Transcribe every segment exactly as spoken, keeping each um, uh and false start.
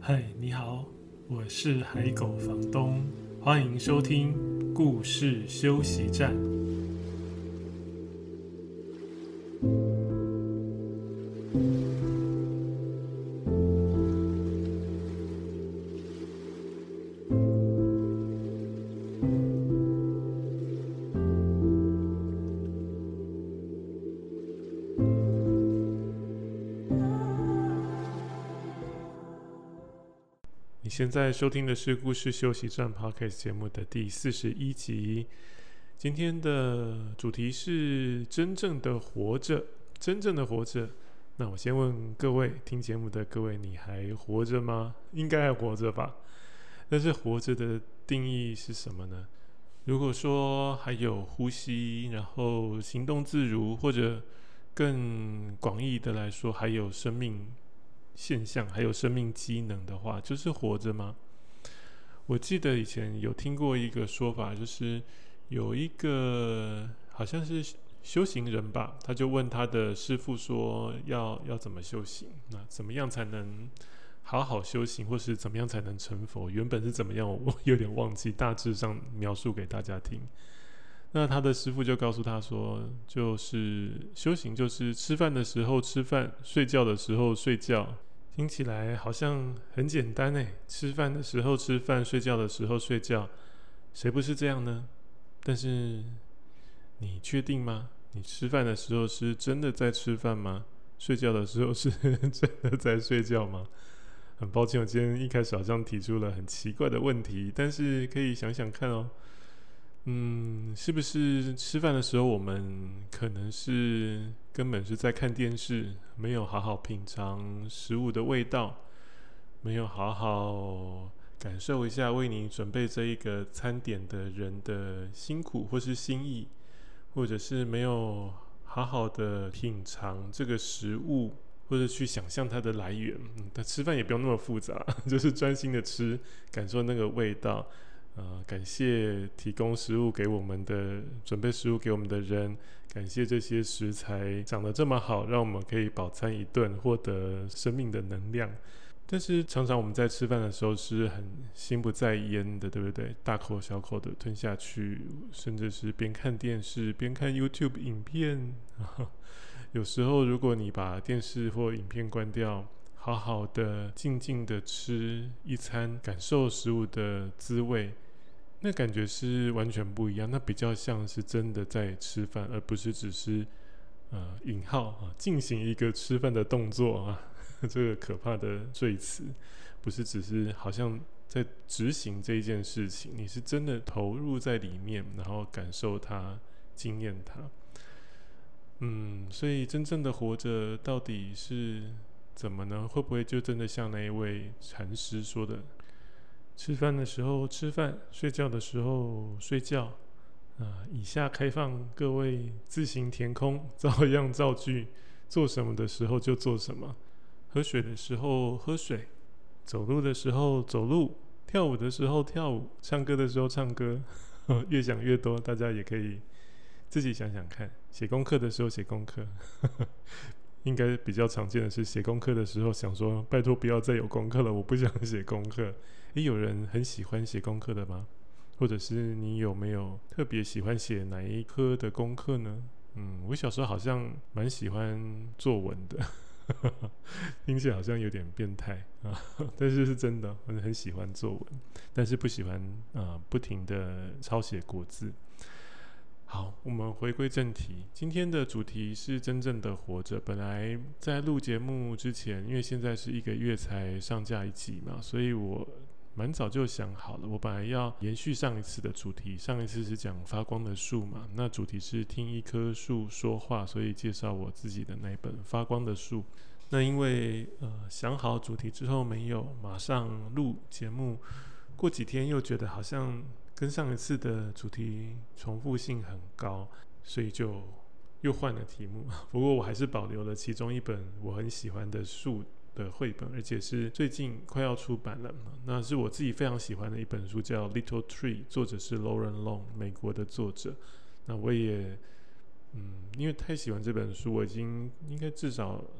嗨，你好，我是海狗房东，欢迎收听故事休息站。你现在收听的是故事休息站 Podcast 节目的第四十一集。今天的主题是真正的活着，真正的活着。那我先问各位听节目的各位，你还活着吗？应该还活着吧。但是活着的定义是什么呢？如果说还有呼吸，然后行动自如，或者更广义的来说，还有生命现象，还有生命机能的话，就是活着吗？我记得以前有听过一个说法，就是有一个好像是修行人吧，他就问他的师父说要要怎么修行，那怎么样才能好好修行，或是怎么样才能成佛？原本是怎么样，我有点忘记，大致上描述给大家听。那他的师父就告诉他说，就是修行就是吃饭的时候吃饭，睡觉的时候睡觉。听起来好像很简单诶，吃饭的时候吃饭，睡觉的时候睡觉，谁不是这样呢？但是你确定吗？你吃饭的时候是真的在吃饭吗？睡觉的时候是真的在睡觉吗？很抱歉，我今天一开始好像提出了很奇怪的问题，但是可以想想看哦。嗯，是不是吃饭的时候我们可能是根本是在看电视，没有好好品尝食物的味道，没有好好感受一下为你准备这一个餐点的人的辛苦或是心意，或者是没有好好的品尝这个食物，或者去想象它的来源。嗯，但吃饭也不用那么复杂，就是专心的吃，感受那个味道。呃，感谢提供食物给我们的、准备食物给我们的人，感谢这些食材长得这么好，让我们可以饱餐一顿，获得生命的能量。但是常常我们在吃饭的时候是很心不在焉的，对不对？大口小口的吞下去，甚至是边看电视边看 YouTube 影片。有时候如果你把电视或影片关掉，好好的静静的吃一餐，感受食物的滋味，那感觉是完全不一样，那比较像是真的在吃饭，而不是只是呃引号啊进行一个吃饭的动作啊，这个可怕的赘词，不是只是好像在执行这一件事情，你是真的投入在里面，然后感受它，经验它。嗯，所以真正的活着到底是怎么呢？会不会就真的像那一位禅师说的？吃饭的时候吃饭，睡觉的时候睡觉。啊，以下开放各位自行填空，照样造句。做什么的时候就做什么，喝水的时候喝水，走路的时候走路，跳舞的时候跳舞，唱歌的时候唱歌。越想越多，大家也可以自己想想看。写功课的时候写功课。应该比较常见的是写功课的时候想说拜托不要再有功课了，我不想写功课。诶，有人很喜欢写功课的吗？或者是你有没有特别喜欢写哪一科的功课呢？嗯，我小时候好像蛮喜欢作文的。听起来好像有点变态啊，但是是真的，我很喜欢作文，但是不喜欢啊不停的抄写国字。好，我们回归正题。今天的主题是真正的活着。本来在录节目之前，因为现在是一个月才上架一集嘛，所以我蛮早就想好了。我本来要延续上一次的主题，上一次是讲发光的树嘛，那主题是听一棵树说话，所以介绍我自己的那一本《发光的树》。那因为呃想好主题之后没有马上录节目，过几天又觉得好像跟上一次的主题重复性很高，所以就又换了题目。不过我还是保留了其中一本我很喜欢的树的绘本，而且是最近快要出版了。那是我自己非常喜欢的一本书，叫《Little Tree》，作者是 Lauren Long， 美国的作者。那我也嗯，因为太喜欢这本书，我已经应该至少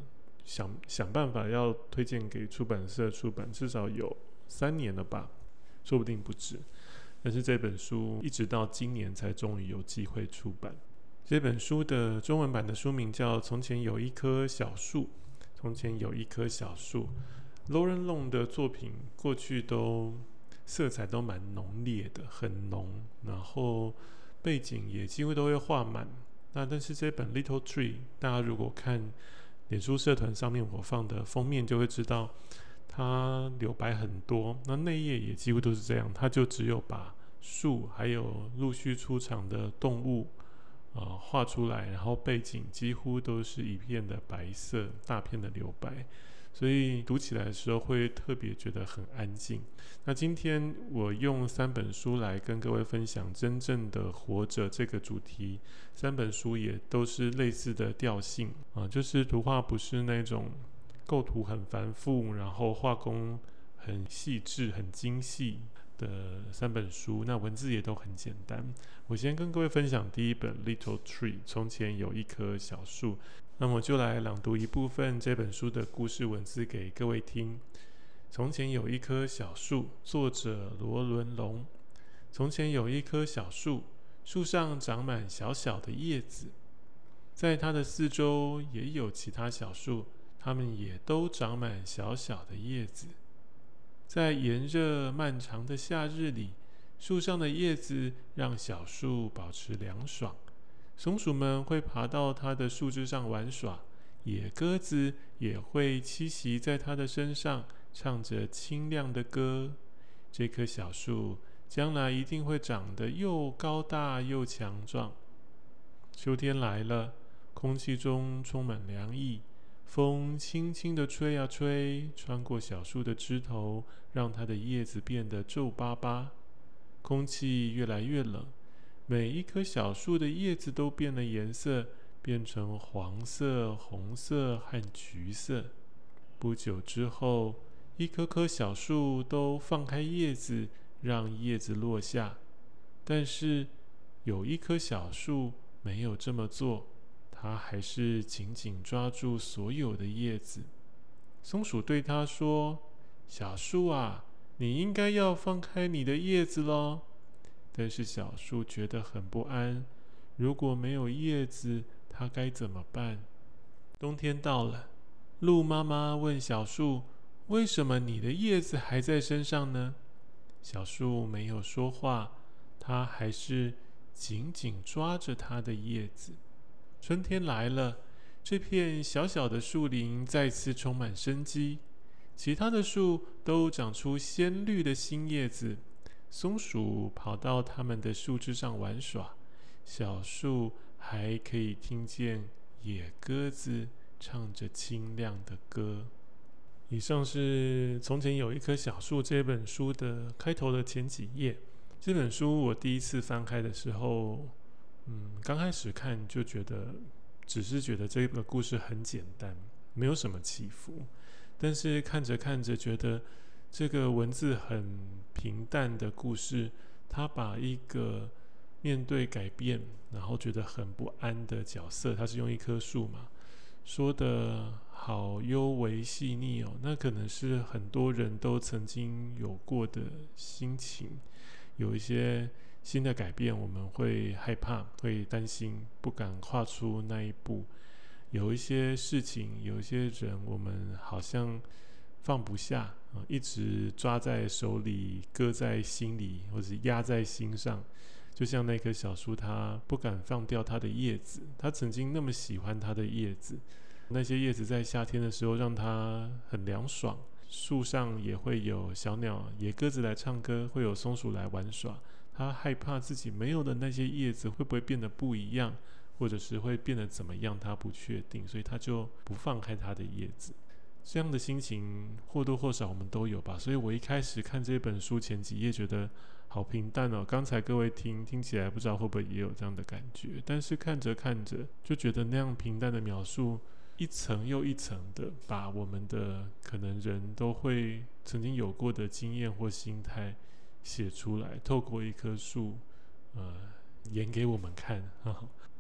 想想办法要推荐给出版社出版，至少有三年了吧，说不定不止。但是这本书一直到今年才终于有机会出版。这本书的中文版的书名叫《从前有一棵小树》。从前有一棵小树 ，Lauren Long 的作品过去都色彩都蛮浓烈的，很浓，然后背景也几乎都会画满。那但是这本 Little Tree， 大家如果看脸书社团上面我放的封面，就会知道它留白很多。那内页也几乎都是这样，它就只有把树还有陆续出场的动物呃，画出来，然后背景几乎都是一片的白色，大片的留白，所以读起来的时候会特别觉得很安静。那今天我用三本书来跟各位分享真正的活着这个主题，三本书也都是类似的调性啊、呃，就是图画不是那种构图很繁复，然后画工很细致、很精细的三本书，那文字也都很简单。我先跟各位分享第一本 Little Tree， 从前有一棵小树。那么我就来朗读一部分这本书的故事文字给各位听。从前有一棵小树，作者罗伦龙。从前有一棵小树，树上长满小小的叶子，在它的四周也有其他小树，它们也都长满小小的叶子。在炎热漫长的夏日里，树上的叶子让小树保持凉爽。松鼠们会爬到它的树枝上玩耍，野鸽子也会栖息在它的身上，唱着清亮的歌。这棵小树将来一定会长得又高大又强壮。秋天来了，空气中充满凉意，风轻轻地吹啊吹，穿过小树的枝头，让它的叶子变得皱巴巴。空气越来越冷，每一棵小树的叶子都变了颜色，变成黄色、红色和橘色。不久之后，一棵棵小树都放开叶子，让叶子落下。但是有一棵小树没有这么做，它还是紧紧抓住所有的叶子。松鼠对它说：“小树啊，你应该要放开你的叶子咯。”但是小树觉得很不安，如果没有叶子，它该怎么办？冬天到了，鹿妈妈问小树：“为什么你的叶子还在身上呢？”小树没有说话，它还是紧紧抓着它的叶子。春天来了，这片小小的树林再次充满生机，其他的树都长出鲜绿的新叶子。松鼠跑到它们的树枝上玩耍，小树还可以听见野鸽子唱着清亮的歌。以上是《从前有一棵小树》这本书的开头的前几页。这本书我第一次翻开的时候，嗯，刚开始看就觉得，只是觉得这个故事很简单，没有什么起伏。但是看着看着，觉得这个文字很平淡的故事，他把一个面对改变，然后觉得很不安的角色，他是用一棵树嘛，说的好幽微细腻哦。那可能是很多人都曾经有过的心情，有一些新的改变，我们会害怕，会担心，不敢跨出那一步。有一些事情，有一些人，我们好像放不下，呃、一直抓在手里，搁在心里，或者压在心上。就像那棵小树，它不敢放掉它的叶子，它曾经那么喜欢它的叶子，那些叶子在夏天的时候让它很凉爽。树上也会有小鸟、野鸽子来唱歌，会有松鼠来玩耍。它害怕自己没有的那些叶子会不会变得不一样，或者是会变得怎么样，它不确定，所以它就不放开它的叶子。这样的心情或多或少我们都有吧。所以我一开始看这本书前几页觉得好平淡哦，刚才各位听听起来不知道会不会也有这样的感觉，但是看着看着就觉得那样平淡的描述一层又一层的把我们的可能人都会曾经有过的经验或心态写出来，透过一棵树呃，演给我们看。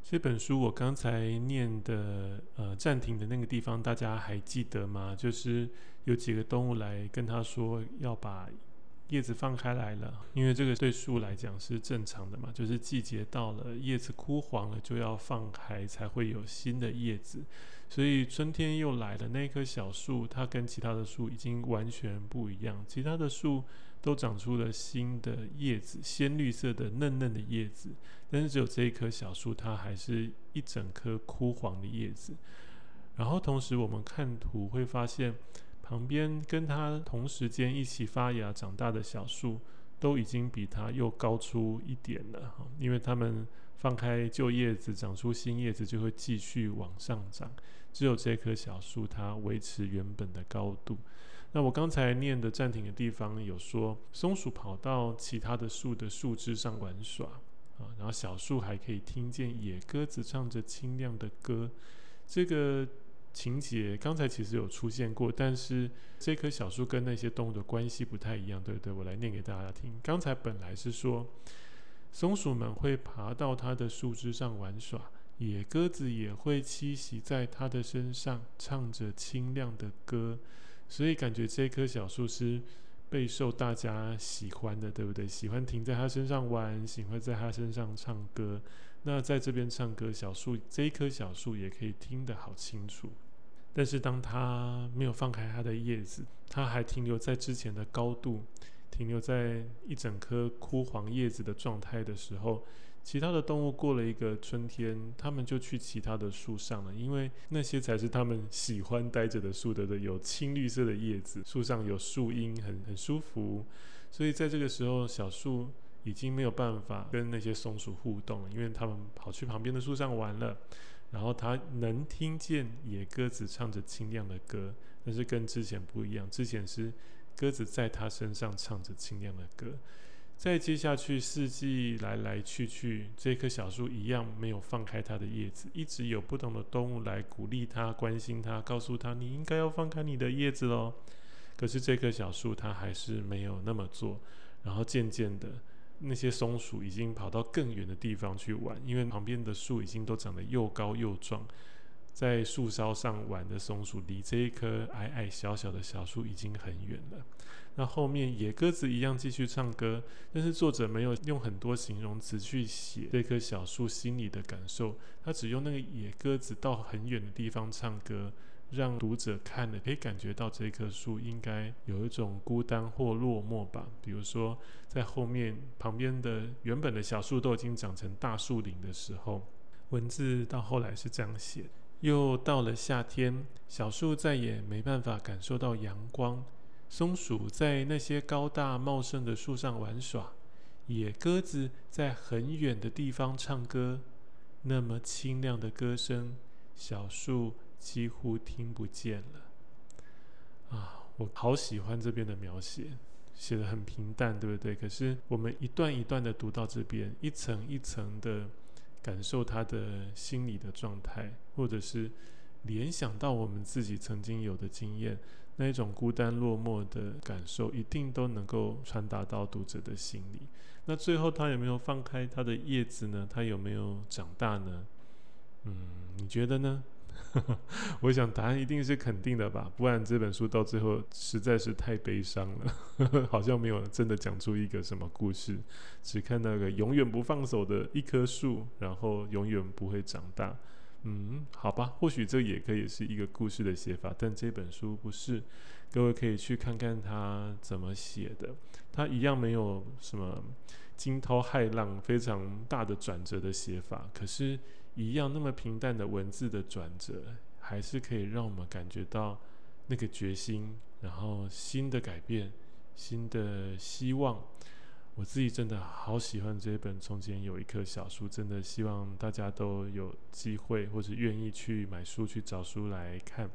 这本书我刚才念的呃暂停的那个地方，大家还记得吗？就是有几个动物来跟他说要把叶子放开来了，因为这个对树来讲是正常的嘛，就是季节到了，叶子枯黄了就要放开，才会有新的叶子。所以春天又来了，那棵小树它跟其他的树已经完全不一样，其他的树都长出了新的叶子，鲜绿色的嫩嫩的叶子，但是只有这一棵小树，它还是一整颗枯黄的叶子。然后同时我们看图会发现，旁边跟它同时间一起发芽长大的小树，都已经比它又高出一点了，因为它们放开旧叶子，长出新叶子就会继续往上长，只有这棵小树它维持原本的高度。那我刚才念的暂停的地方有说，松鼠跑到其他的树的树枝上玩耍，啊，然后小树还可以听见野鸽子唱着清亮的歌。这个情节刚才其实有出现过，但是这棵小树跟那些动物的关系不太一样，对不对？我来念给大家听。刚才本来是说，松鼠们会爬到它的树枝上玩耍，野鸽子也会栖息在它的身上，唱着清亮的歌。所以感觉这棵小树是备受大家喜欢的，对不对？喜欢停在它身上玩，喜欢在它身上唱歌。那在这边唱歌，小树这一棵小树也可以听得好清楚。但是当它没有放开它的叶子，它还停留在之前的高度，停留在一整颗枯黄叶子的状态的时候，其他的动物过了一个春天，它们就去其他的树上了，因为那些才是它们喜欢待着的树，对不对？有青绿色的叶子，树上有树荫，很很舒服。所以在这个时候，小树已经没有办法跟那些松鼠互动了，因为它们跑去旁边的树上玩了。然后它能听见野鸽子唱着清亮的歌，但是跟之前不一样，之前是鸽子在它身上唱着清亮的歌。再接下去，四季来来去去，这棵小树一样没有放开它的叶子，一直有不同的动物来鼓励它、关心它，告诉它你应该要放开你的叶子咯。可是这棵小树它还是没有那么做，然后渐渐的，那些松鼠已经跑到更远的地方去玩，因为旁边的树已经都长得又高又壮，在树梢上玩的松鼠离这一棵矮矮小小的小树已经很远了。那后面野鸽子一样继续唱歌，但是作者没有用很多形容词去写这棵小树心里的感受，他只用那个野鸽子到很远的地方唱歌，让读者看了可以感觉到这棵树应该有一种孤单或落寞吧。比如说在后面旁边的原本的小树都已经长成大树林的时候，文字到后来是这样写：又到了夏天，小树再也没办法感受到阳光，松鼠在那些高大茂盛的树上玩耍，野鸽子在很远的地方唱歌，那么清亮的歌声，小树几乎听不见了。啊，我好喜欢这边的描写，写得很平淡，对不对？可是我们一段一段的读到这边，一层一层的感受他的心理的状态，或者是联想到我们自己曾经有的经验，那一种孤单落寞的感受一定都能够传达到读者的心里。那最后他有没有放开他的叶子呢？他有没有长大呢？嗯，你觉得呢？我想答案一定是肯定的吧，不然这本书到最后实在是太悲伤了好像没有真的讲出一个什么故事，只看那个永远不放手的一棵树，然后永远不会长大。嗯，好吧，或许这也可以是一个故事的写法，但这本书不是。各位可以去看看他怎么写的，他一样没有什么惊涛骇浪、非常大的转折的写法，可是一样那么平淡的文字的转折，还是可以让我们感觉到那个决心，然后新的改变、新的希望。我自己真的好喜欢这本《从前有一棵小树》，真的希望大家都有机会或者愿意去买书去找书来看。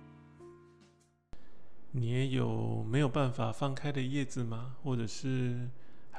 你也有没有办法放开的叶子吗？或者是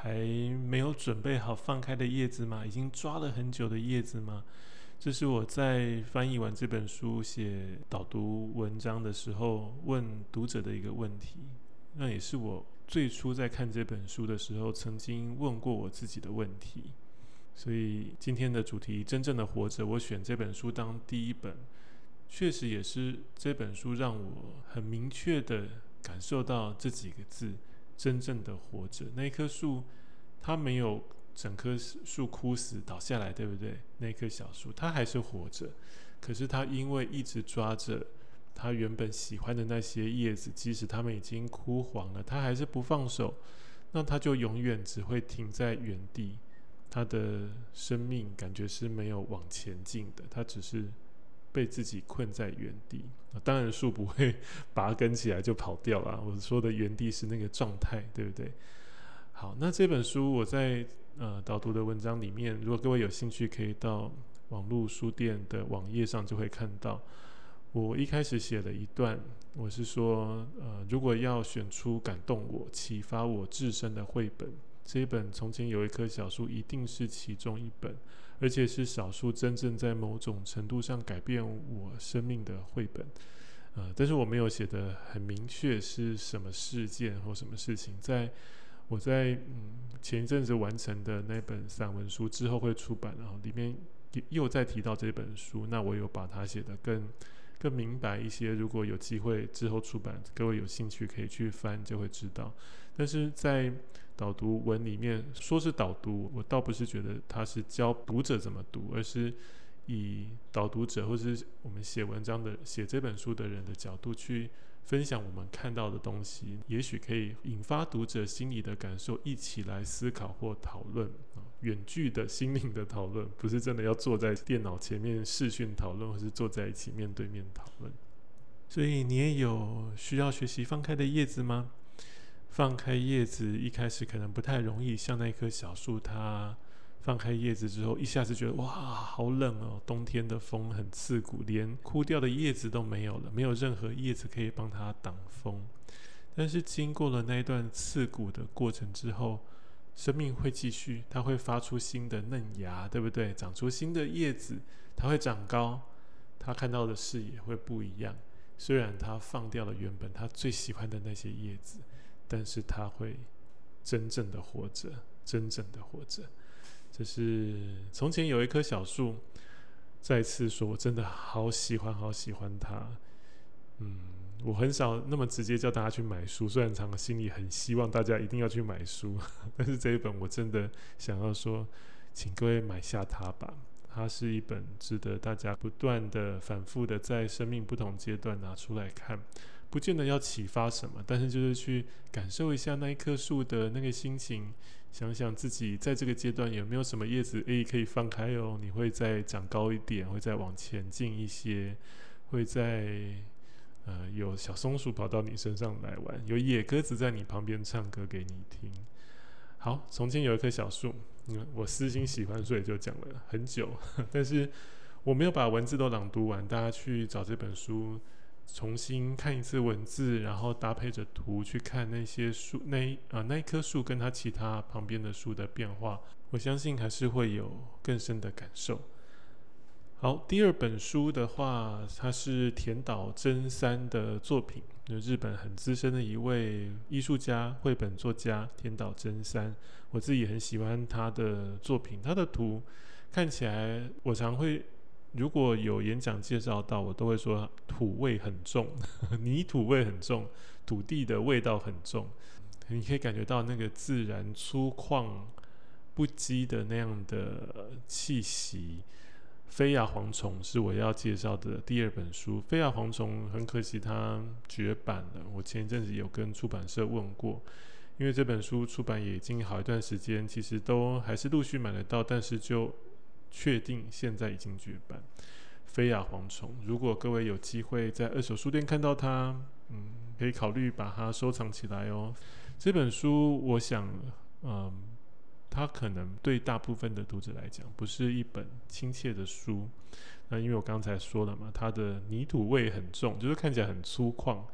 还没有准备好放开的叶子吗？已经抓了很久的叶子吗？这是我在翻译完这本书写导读文章的时候问读者的一个问题，那也是我最初在看这本书的时候曾经问过我自己的问题。所以今天的主题真正的活着，我选这本书当第一本，确实也是这本书让我很明确的感受到这几个字，真正的活着。那棵树它没有整棵树枯死倒下来，对不对？那棵小树它还是活着，可是它因为一直抓着它原本喜欢的那些叶子，即使它们已经枯黄了，它还是不放手，那它就永远只会停在原地。他的生命感觉是没有往前进的，他只是被自己困在原地。当然树不会拔根起来就跑掉了，我说的原地是那个状态，对不对？好，那这本书我在呃导读的文章里面，如果各位有兴趣可以到网络书店的网页上就会看到，我一开始写了一段，我是说呃如果要选出感动我启发我自身的绘本，这一本从前有一棵小树一定是其中一本，而且是少数真正在某种程度上改变我生命的绘本。呃，但是我没有写得很明确是什么事件或什么事情。在我在嗯前一阵子完成的那本散文书之后会出版，然后里面又再提到这本书，那我有把它写得更更明白一些。如果有机会之后出版，各位有兴趣可以去翻就会知道。但是在导读文里面说是导读，我倒不是觉得它是教读者怎么读，而是以导读者或是我们写文章的写这本书的人的角度去分享我们看到的东西，也许可以引发读者心里的感受，一起来思考或讨论。远距的心灵的讨论，不是真的要坐在电脑前面视讯讨论，或是坐在一起面对面讨论。所以你也有需要学习放开的叶子吗？放开叶子一开始可能不太容易，像那棵小树，它放开叶子之后一下子觉得哇好冷哦，冬天的风很刺骨，连枯掉的叶子都没有了，没有任何叶子可以帮它挡风。但是经过了那一段刺骨的过程之后，生命会继续，它会发出新的嫩芽，对不对？长出新的叶子，它会长高，它看到的视野会不一样。虽然它放掉了原本它最喜欢的那些叶子，但是它会真正的活着，真正的活着。这是从前有一棵小树，再次说我真的好喜欢好喜欢它。嗯，我很少那么直接叫大家去买书，虽然常常心里很希望大家一定要去买书，但是这一本我真的想要说，请各位买下它吧。它是一本值得大家不断的反复的在生命不同阶段拿出来看，不见得要启发什么，但是就是去感受一下那一棵树的那个心情，想想自己在这个阶段有没有什么叶子诶可以放开哦，你会再长高一点，会再往前进一些，会再呃有小松鼠跑到你身上来玩，有野鸽子在你旁边唱歌给你听。好，从前有一棵小树，我私心喜欢，所以就讲了很久，但是我没有把文字都朗读完，大家去找这本书重新看一次文字，然后搭配着图去看那些树，那啊那一棵树跟它其他旁边的树的变化，我相信还是会有更深的感受。好，第二本书的话，它是田岛真三的作品，日本很资深的一位艺术家、绘本作家田岛真三。我自己很喜欢他的作品，他的图看起来，我常会如果有演讲介绍到，我都会说土味很重，泥土味很重，土地的味道很重，你可以感觉到那个自然粗犷不羁的那样的气息。飞亚蝗虫是我要介绍的第二本书。飞亚蝗虫很可惜它绝版了，我前一阵子有跟出版社问过，因为这本书出版也已经好一段时间，其实都还是陆续买得到，但是就确定现在已经绝版。飞亚蝗虫，如果各位有机会在二手书店看到它，嗯，可以考虑把它收藏起来哦。这本书我想嗯它可能对大部分的读者来讲不是一本亲切的书，那因为我刚才说了嘛，它的泥土味很重，就是看起来很粗犷，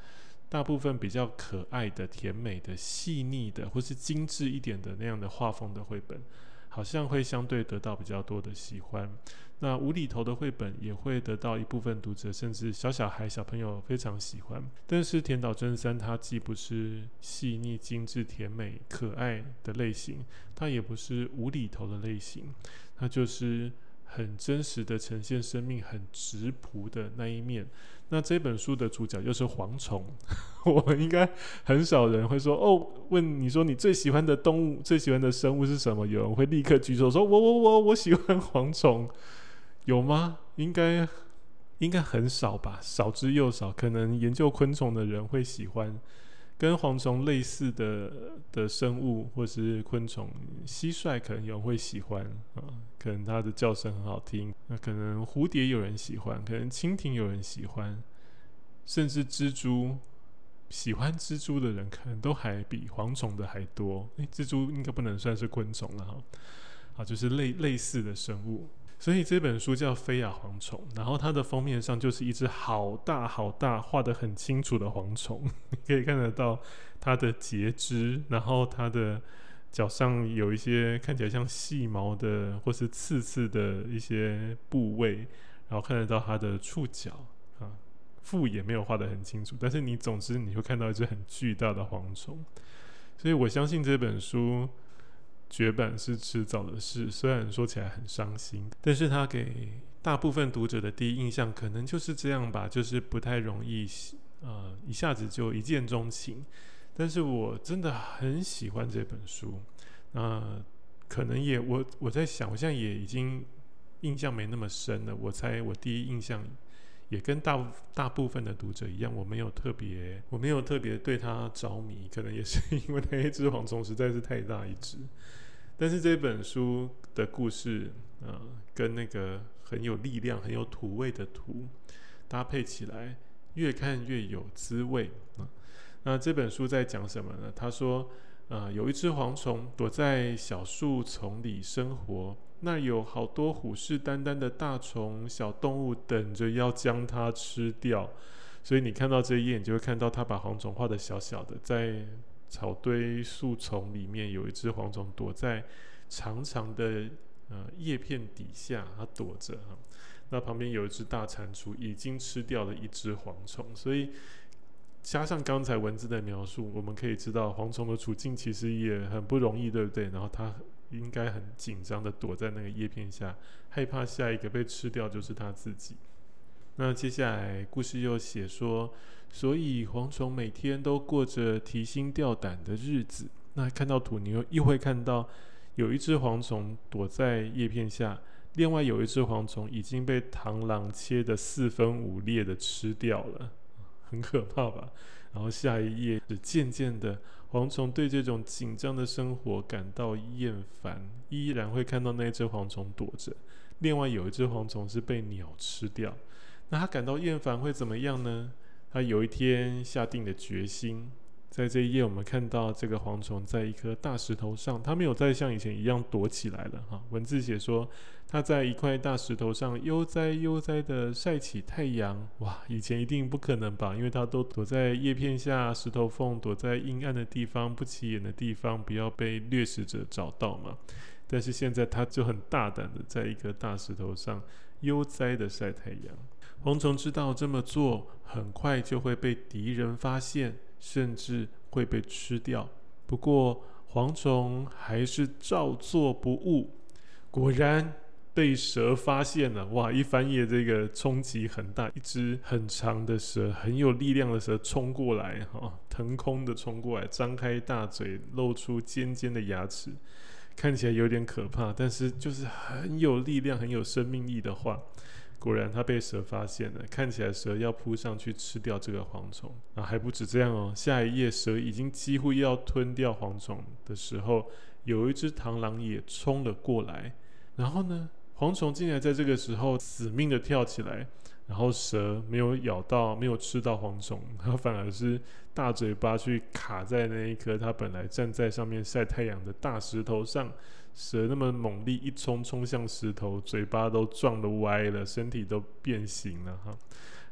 大部分比较可爱的、甜美的、细腻的，或是精致一点的那样的画风的绘本，好像会相对得到比较多的喜欢。那无厘头的绘本也会得到一部分读者甚至小小孩小朋友非常喜欢。但是田岛真三它既不是细腻精致甜美可爱的类型，它也不是无厘头的类型，它就是很真实的呈现生命很质朴的那一面。那这本书的主角又是蝗虫我们应该很少人会说哦，问你说你最喜欢的动物最喜欢的生物是什么，有人会立刻举手说我我我我喜欢蝗虫，有吗？应该应该很少吧，少之又少。可能研究昆虫的人会喜欢跟蝗虫类似的的生物或是昆虫，蟋蟀可能有人会喜欢、啊、可能它的叫声很好听。那可能蝴蝶有人喜欢，可能蜻蜓有人喜欢，甚至蜘蛛，喜欢蜘蛛的人可能都还比蝗虫的还多。诶，蜘蛛应该不能算是昆虫了哈，啊，就是类类似的生物。所以这本书叫《菲亚蝗虫》，然后它的封面上就是一只好大好大、画得很清楚的蝗虫，你可以看得到它的节肢，然后它的脚上有一些看起来像细毛的或是刺刺的一些部位，然后看得到它的触角啊，腹也没有画得很清楚，但是你总之你会看到一只很巨大的蝗虫。所以我相信这本书绝版是迟早的事，虽然说起来很伤心，但是他给大部分读者的第一印象可能就是这样吧，就是不太容易呃一下子就一见钟情。但是我真的很喜欢这本书，那、呃、可能也我我在想，我现在也已经印象没那么深了。我猜我第一印象也跟大大部分的读者一样，我没有特别我没有特别对他着迷，可能也是因为那一只蝗虫实在是太大一只。但是这本书的故事，呃，跟那个很有力量、很有土味的图搭配起来，越看越有滋味、呃、那这本书在讲什么呢？他说，呃，有一只蝗虫躲在小树丛里生活，那有好多虎视眈眈的大虫、小动物等着要将它吃掉。所以你看到这一页，你就会看到他把蝗虫画得小小的，在草堆树丛里面有一只蝗虫躲在长长的、呃、叶片底下，它躲着、啊、那旁边有一只大蟾蜍已经吃掉了一只蝗虫。所以加上刚才文字的描述，我们可以知道蝗虫的处境其实也很不容易，对不对？然后它应该很紧张的躲在那个叶片下，害怕下一个被吃掉就是它自己。那接下来故事又写说，所以蝗虫每天都过着提心吊胆的日子。那看到图，你又又会看到有一只蝗虫躲在叶片下，另外有一只蝗虫已经被螳螂切得四分五裂的吃掉了，很可怕吧？然后下一页，渐渐的，蝗虫对这种紧张的生活感到厌烦，依然会看到那只蝗虫躲着，另外有一只蝗虫是被鸟吃掉。那他感到厌烦会怎么样呢？他有一天下定了决心。在这一页我们看到这个蝗虫在一颗大石头上，他没有再像以前一样躲起来了哈。文字写说，他在一块大石头上悠哉悠哉的晒起太阳。哇，以前一定不可能吧，因为他都躲在叶片下、石头缝，躲在阴暗的地方、不起眼的地方，不要被掠食者找到嘛。但是现在他就很大胆的在一颗大石头上悠哉的晒太阳。蝗虫知道这么做很快就会被敌人发现，甚至会被吃掉。不过蝗虫还是照做不误，果然被蛇发现了。哇，一翻页这个冲击很大，一只很长的蛇，很有力量的蛇冲过来、哦、腾空的冲过来，张开大嘴，露出尖尖的牙齿，看起来有点可怕，但是就是很有力量很有生命力的话，果然他被蛇发现了，看起来蛇要扑上去吃掉这个蝗虫啊！还不止这样哦，下一页蛇已经几乎要吞掉蝗虫的时候，有一只螳螂也冲了过来。然后呢，蝗虫竟然在这个时候死命的跳起来，然后蛇没有咬到，没有吃到蝗虫，它反而是大嘴巴去卡在那一颗它本来站在上面晒太阳的大石头上。蛇那么猛力一冲，冲向石头，嘴巴都撞得歪了，身体都变形了哈。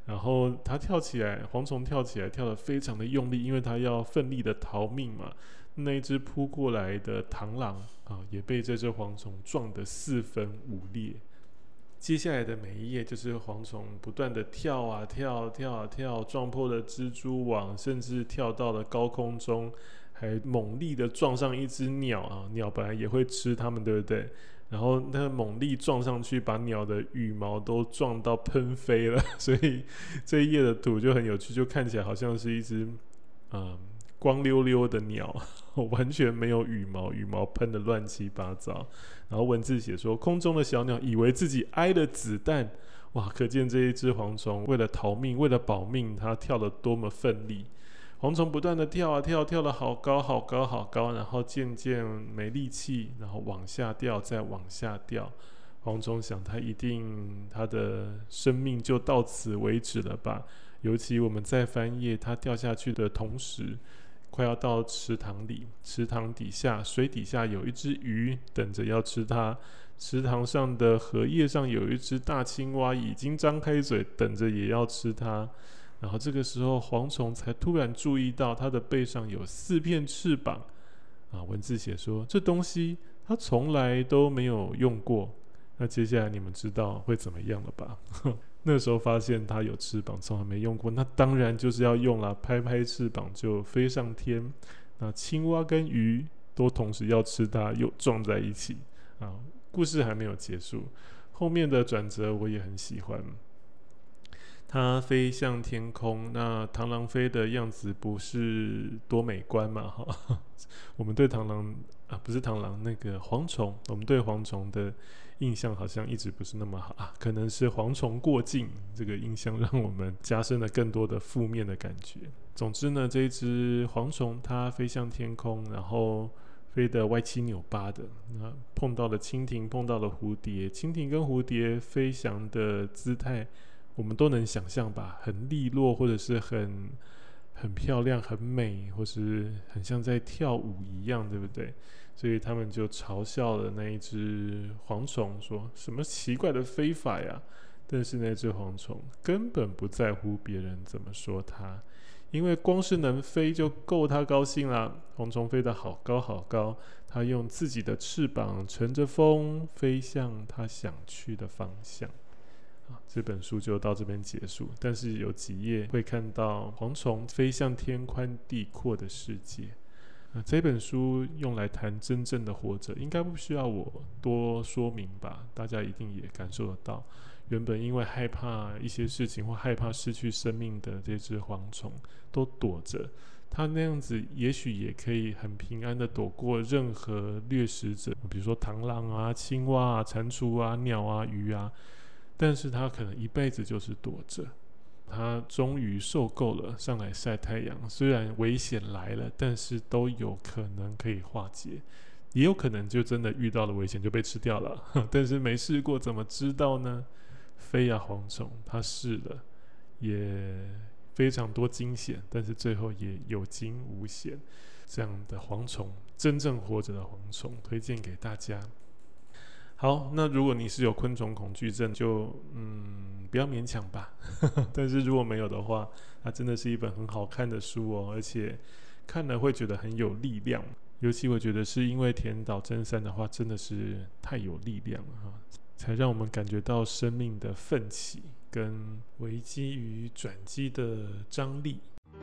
然后他跳起来，蝗虫跳起来跳得非常的用力，因为他要奋力的逃命嘛。那一只扑过来的螳螂啊，也被这只蝗虫撞得四分五裂。接下来的每一页就是蝗虫不断的跳啊跳，跳啊跳，撞破了蜘蛛网，甚至跳到了高空中，还猛力的撞上一只鸟啊！鸟本来也会吃它们，对不对？然后那个猛力撞上去，把鸟的羽毛都撞到喷飞了。所以这一页的图就很有趣，就看起来好像是一只嗯光溜溜的鸟，完全没有羽毛，羽毛喷得乱七八糟。然后文字写说，空中的小鸟以为自己挨了子弹，哇！可见这一只蝗虫为了逃命，为了保命，它跳得多么奋力。蝗虫不断的跳啊跳，跳得好高好高好高，然后渐渐没力气，然后往下掉，再往下掉。蝗虫想，它一定它的生命就到此为止了吧？尤其我们在翻页，它掉下去的同时，快要到池塘里，池塘底下，水底下有一只鱼等着要吃它。池塘上的荷叶上有一只大青蛙，已经张开嘴，等着也要吃它。然后这个时候，蝗虫才突然注意到它的背上有四片翅膀。啊，文字写说，这东西它从来都没有用过。那接下来你们知道会怎么样了吧？那时候发现它有翅膀，从来没用过，那当然就是要用了，拍拍翅膀就飞上天。那青蛙跟鱼都同时要吃它，又撞在一起啊！故事还没有结束，后面的转折我也很喜欢。它飞向天空，那螳螂飞的样子不是多美观嘛？哈，我们对螳螂啊，不是螳螂，那个蝗虫，我们对蝗虫的印象好像一直不是那么好啊，可能是蝗虫过境这个印象让我们加深了更多的负面的感觉。总之呢，这一只蝗虫它飞向天空，然后飞得歪七扭八的，那碰到了蜻蜓，碰到了蝴蝶，蜻蜓跟蝴蝶飞翔的姿态，我们都能想象吧，很利落，或者是很很漂亮、很美，或是很像在跳舞一样，对不对？所以他们就嘲笑了那一只蝗虫，说什么奇怪的飞法呀？但是那只蝗虫根本不在乎别人怎么说它，因为光是能飞就够它高兴啦。蝗虫飞得好高好高，它用自己的翅膀乘着风飞向它想去的方向。这本书就到这边结束，但是有几页会看到蝗虫飞向天宽地阔的世界。呃、这本书用来谈真正的活着，应该不需要我多说明吧？大家一定也感受得到，原本因为害怕一些事情或害怕失去生命的这只蝗虫都躲着，它那样子也许也可以很平安的躲过任何掠食者，比如说螳螂啊、青蛙啊、蟾蜍啊、鸟啊、鱼啊，但是它可能一辈子就是躲着。他终于受够了上来晒太阳，虽然危险来了，但是都有可能可以化解，也有可能就真的遇到了危险就被吃掉了，但是没试过怎么知道呢？飞啊蝗虫，他试了，也非常多惊险，但是最后也有惊无险。这样的蝗虫，真正活着的蝗虫，推荐给大家。好，那如果你是有昆虫恐惧症，就嗯不要勉强吧。但是如果没有的话，它真的是一本很好看的书哦，而且看了会觉得很有力量。尤其我觉得是因为田岛真三的话，真的是太有力量了哈，才让我们感觉到生命的奋起跟危机与转机的张力。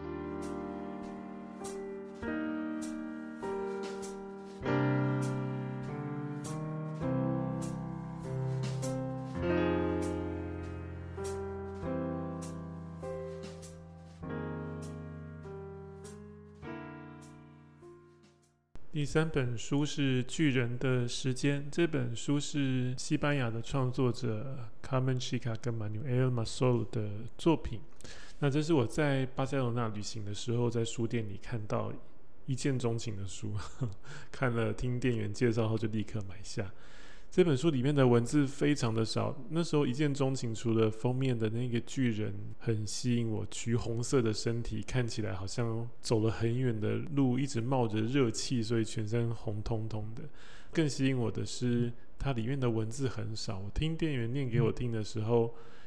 第三本书是《巨人的时间》，这本书是西班牙的创作者 Carmen Chica 跟 Manuel Masol 的作品。那这是我在巴塞罗那旅行的时候，在书店里看到一见钟情的书，看了听店员介绍后就立刻买下。这本书里面的文字非常的少，那时候一见钟情，除了封面的那个巨人很吸引我，橘红色的身体看起来好像走了很远的路，一直冒着热气，所以全身红彤彤的。更吸引我的是它里面的文字很少，我听店员念给我听的时候，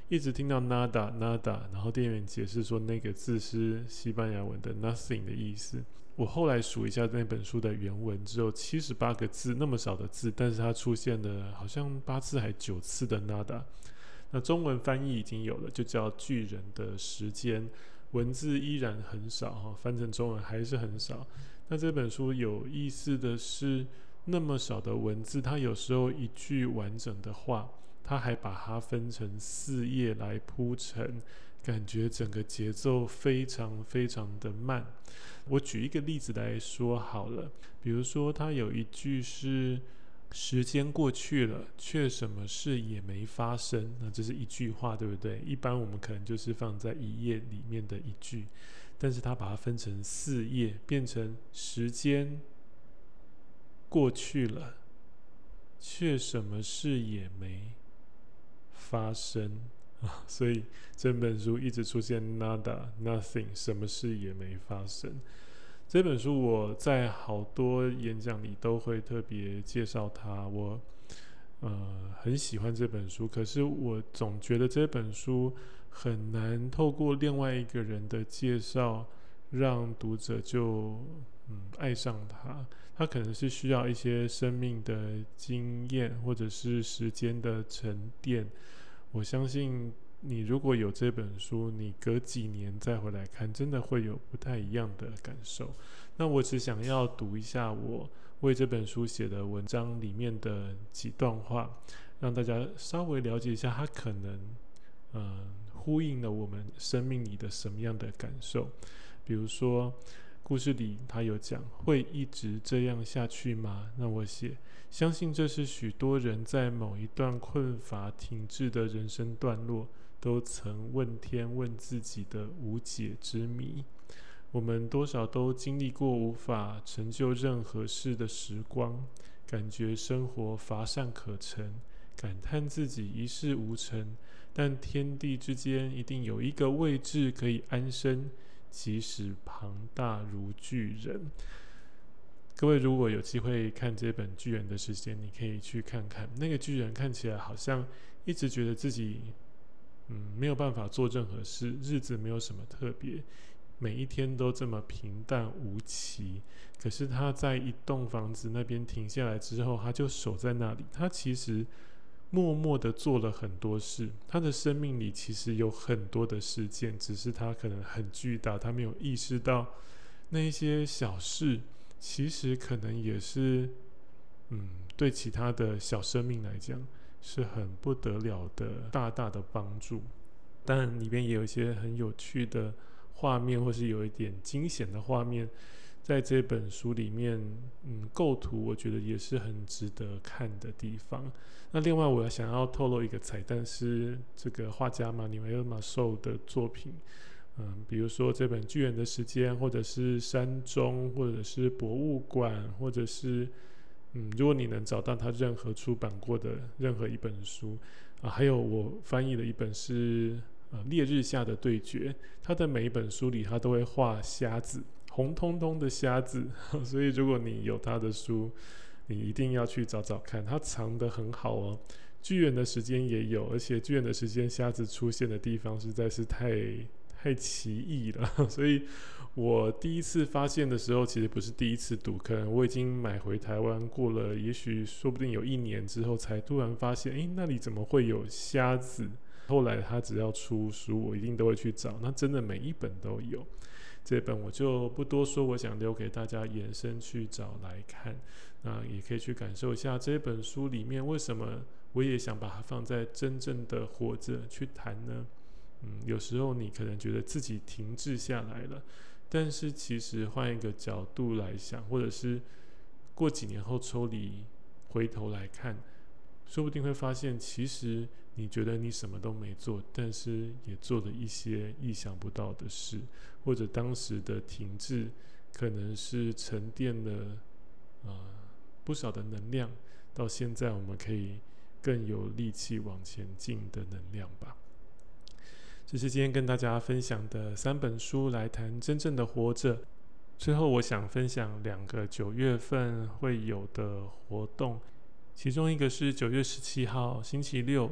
一直听到 nada nada， 然后店员解释说那个字是西班牙文的 nothing 的意思。我后来数一下那本书的原文，只有七十八个字，那么少的字，但是它出现了好像八次还九次的 nada。那中文翻译已经有了，就叫巨人的时间，文字依然很少，翻成中文还是很少。那这本书有意思的是，那么少的文字，它有时候一句完整的话，它还把它分成四页来铺陈，感觉整个节奏非常非常的慢。我举一个例子来说好了，比如说它有一句是时间过去了，却什么事也没发生，那这是一句话，对不对？一般我们可能就是放在一页里面的一句，但是它把它分成四页，变成时间过去了，却什么事也没发生。所以整本书一直出现 nada nothing， 什么事也没发生。这本书我在好多演讲里都会特别介绍它，我呃很喜欢这本书，可是我总觉得这本书很难透过另外一个人的介绍让读者就嗯爱上它。它可能是需要一些生命的经验或者是时间的沉淀。我相信你如果有这本书，你隔几年再回来看，真的会有不太一样的感受。那我只想要读一下我为这本书写的文章里面的几段话，让大家稍微了解一下它可能呃呼应了我们生命里的什么样的感受。比如说故事里他有讲，会一直这样下去吗？那我写，相信这是许多人在某一段困乏停滞的人生段落都曾问天问自己的无解之谜。我们多少都经历过无法成就任何事的时光，感觉生活乏善可陈，感叹自己一事无成，但天地之间一定有一个位置可以安身，即使庞大如巨人。各位如果有机会看这本《巨人的时间》，你可以去看看，那个巨人看起来好像一直觉得自己嗯没有办法做任何事，日子没有什么特别，每一天都这么平淡无奇。可是他在一栋房子那边停下来之后，他就守在那里，他其实默默的做了很多事，他的生命里其实有很多的事件，只是他可能很巨大，他没有意识到那一些小事其实可能也是嗯对其他的小生命来讲是很不得了的大大的帮助。当然里面也有一些很有趣的画面，或是有一点惊险的画面，在这本书里面嗯构图我觉得也是很值得看的地方。那另外我想要透露一个彩蛋，是这个画家马纽埃尔马寿的作品，嗯，比如说这本《巨人的时间》，或者是山中，或者是博物馆，或者是嗯，如果你能找到他任何出版过的任何一本书啊，还有我翻译的一本是呃《烈日下的对决》，他的每一本书里他都会画瞎子，红彤彤的瞎子，所以如果你有他的书，你一定要去找找看，他藏得很好哦。巨人的时间也有，而且巨人的时间瞎子出现的地方实在是太太奇异了，所以我第一次发现的时候，其实不是第一次读，可能我已经买回台湾过了，也许说不定有一年之后，才突然发现，诶，那里怎么会有瞎子？后来他只要出书，我一定都会去找，那真的每一本都有。这本我就不多说，我想留给大家延伸去找来看，那也可以去感受一下这本书里面为什么我也想把它放在真正的活着去谈呢？嗯，有时候你可能觉得自己停滞下来了，但是其实换一个角度来想，或者是过几年后抽离回头来看，说不定会发现其实你觉得你什么都没做，但是也做了一些意想不到的事，或者当时的停滞可能是沉淀了、呃、不少的能量，到现在我们可以更有力气往前进的能量吧。这是今天跟大家分享的三本书，来谈真正的活着。最后我想分享两个九月份会有的活动，其中一个是九月十七号星期六，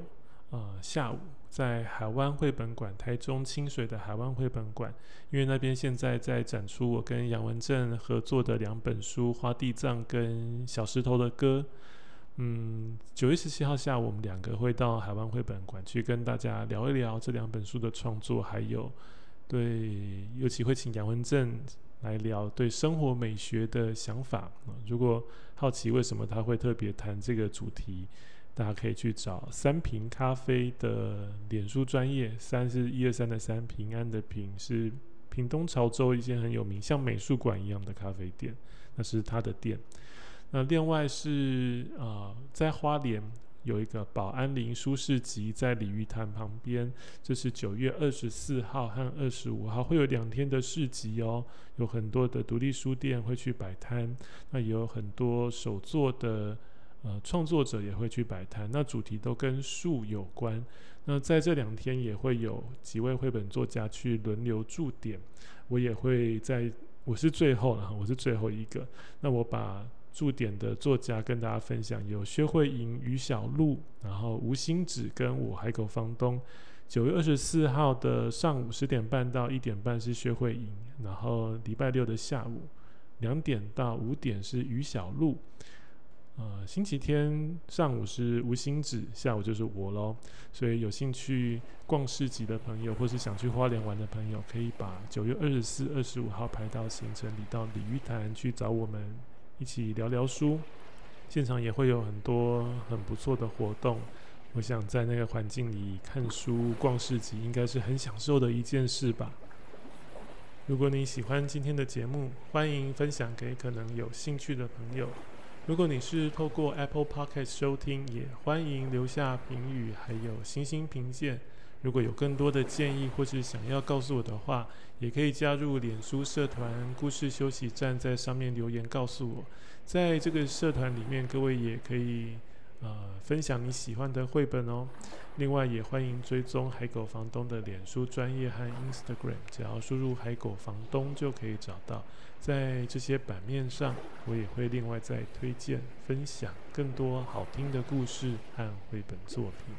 呃下午在海湾绘本馆，台中清水的海湾绘本馆，因为那边现在在展出我跟杨文正合作的两本书《花地藏》跟《小石头的歌》。嗯，九月十七号下午，我们两个会到海湾绘本馆去跟大家聊一聊这两本书的创作，还有对，尤其会请杨文正来聊对生活美学的想法。如果好奇为什么他会特别谈这个主题，大家可以去找三平咖啡的脸书专页，三是一二三的三，平安的平是屏东潮州一间很有名像美术馆一样的咖啡店，那是他的店。那另外是呃，在花莲有一个宝安林书市集，在鲤鱼潭旁边，这是九月二十四号和二十五号会有两天的市集哦，有很多的独立书店会去摆摊，那也有很多手作的呃创作者也会去摆摊，那主题都跟树有关。那在这两天也会有几位绘本作家去轮流驻点，我也会在，我是最后了，我是最后一个，那我把驻点的作家跟大家分享，有薛慧莹、于小璐，然后吴欣芷跟我海狗房东。九月二十四号的上午十点半到一点半是薛慧莹，然后礼拜六的下午两点到五点是于小璐。呃，星期天上午是吴欣芷，下午就是我咯。所以有兴趣逛市集的朋友，或是想去花莲玩的朋友，可以把九月二十四、二十五号排到行程里，到鲤鱼潭去找我们一起聊聊书。现场也会有很多很不错的活动，我想在那个环境里看书逛市集应该是很享受的一件事吧。如果你喜欢今天的节目，欢迎分享给可能有兴趣的朋友。如果你是透过 Apple Podcast 收听，也欢迎留下评语还有星星评鉴。如果有更多的建议或是想要告诉我的话，也可以加入脸书社团故事休息站，在上面留言告诉我。在这个社团里面，各位也可以呃分享你喜欢的绘本哦。另外也欢迎追踪海狗房东的脸书专页和 Instagram， 只要输入海狗房东就可以找到。在这些版面上，我也会另外再推荐分享更多好听的故事和绘本作品。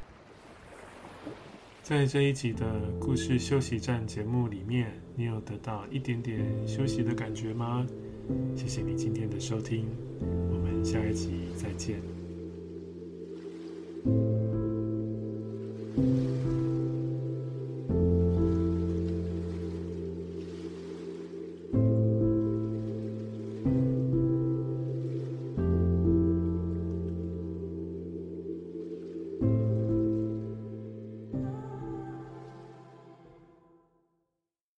在这一集的故事休息站节目里面，你有得到一点点休息的感觉吗？谢谢你今天的收听，我们下一集再见。